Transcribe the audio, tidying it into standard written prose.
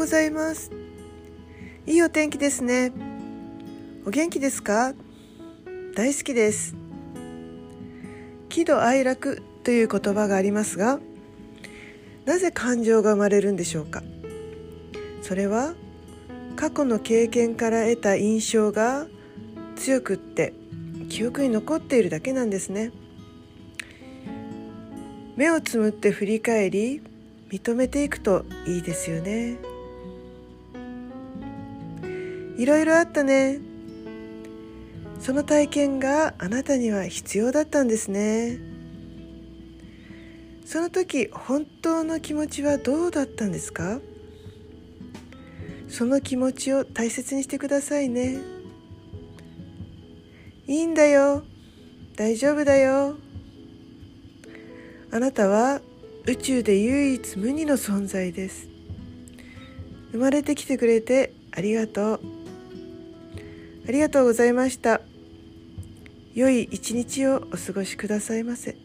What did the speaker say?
ございます。いいお天気ですね。お元気ですか？大好きです。喜怒哀楽という言葉がありますが、なぜ感情が生まれるんでしょうか？それは過去の経験から得た印象が強くって記憶に残っているだけなんですね。目をつむって振り返り認めていくといいですよね。いろいろあったね。その体験があなたには必要だったんですね。その時本当の気持ちはどうだったんですか？その気持ちを大切にしてくださいね。いいんだよ。大丈夫だよ。あなたは宇宙で唯一無二の存在です。生まれてきてくれてありがとう。ありがとうございました。良い一日をお過ごしくださいませ。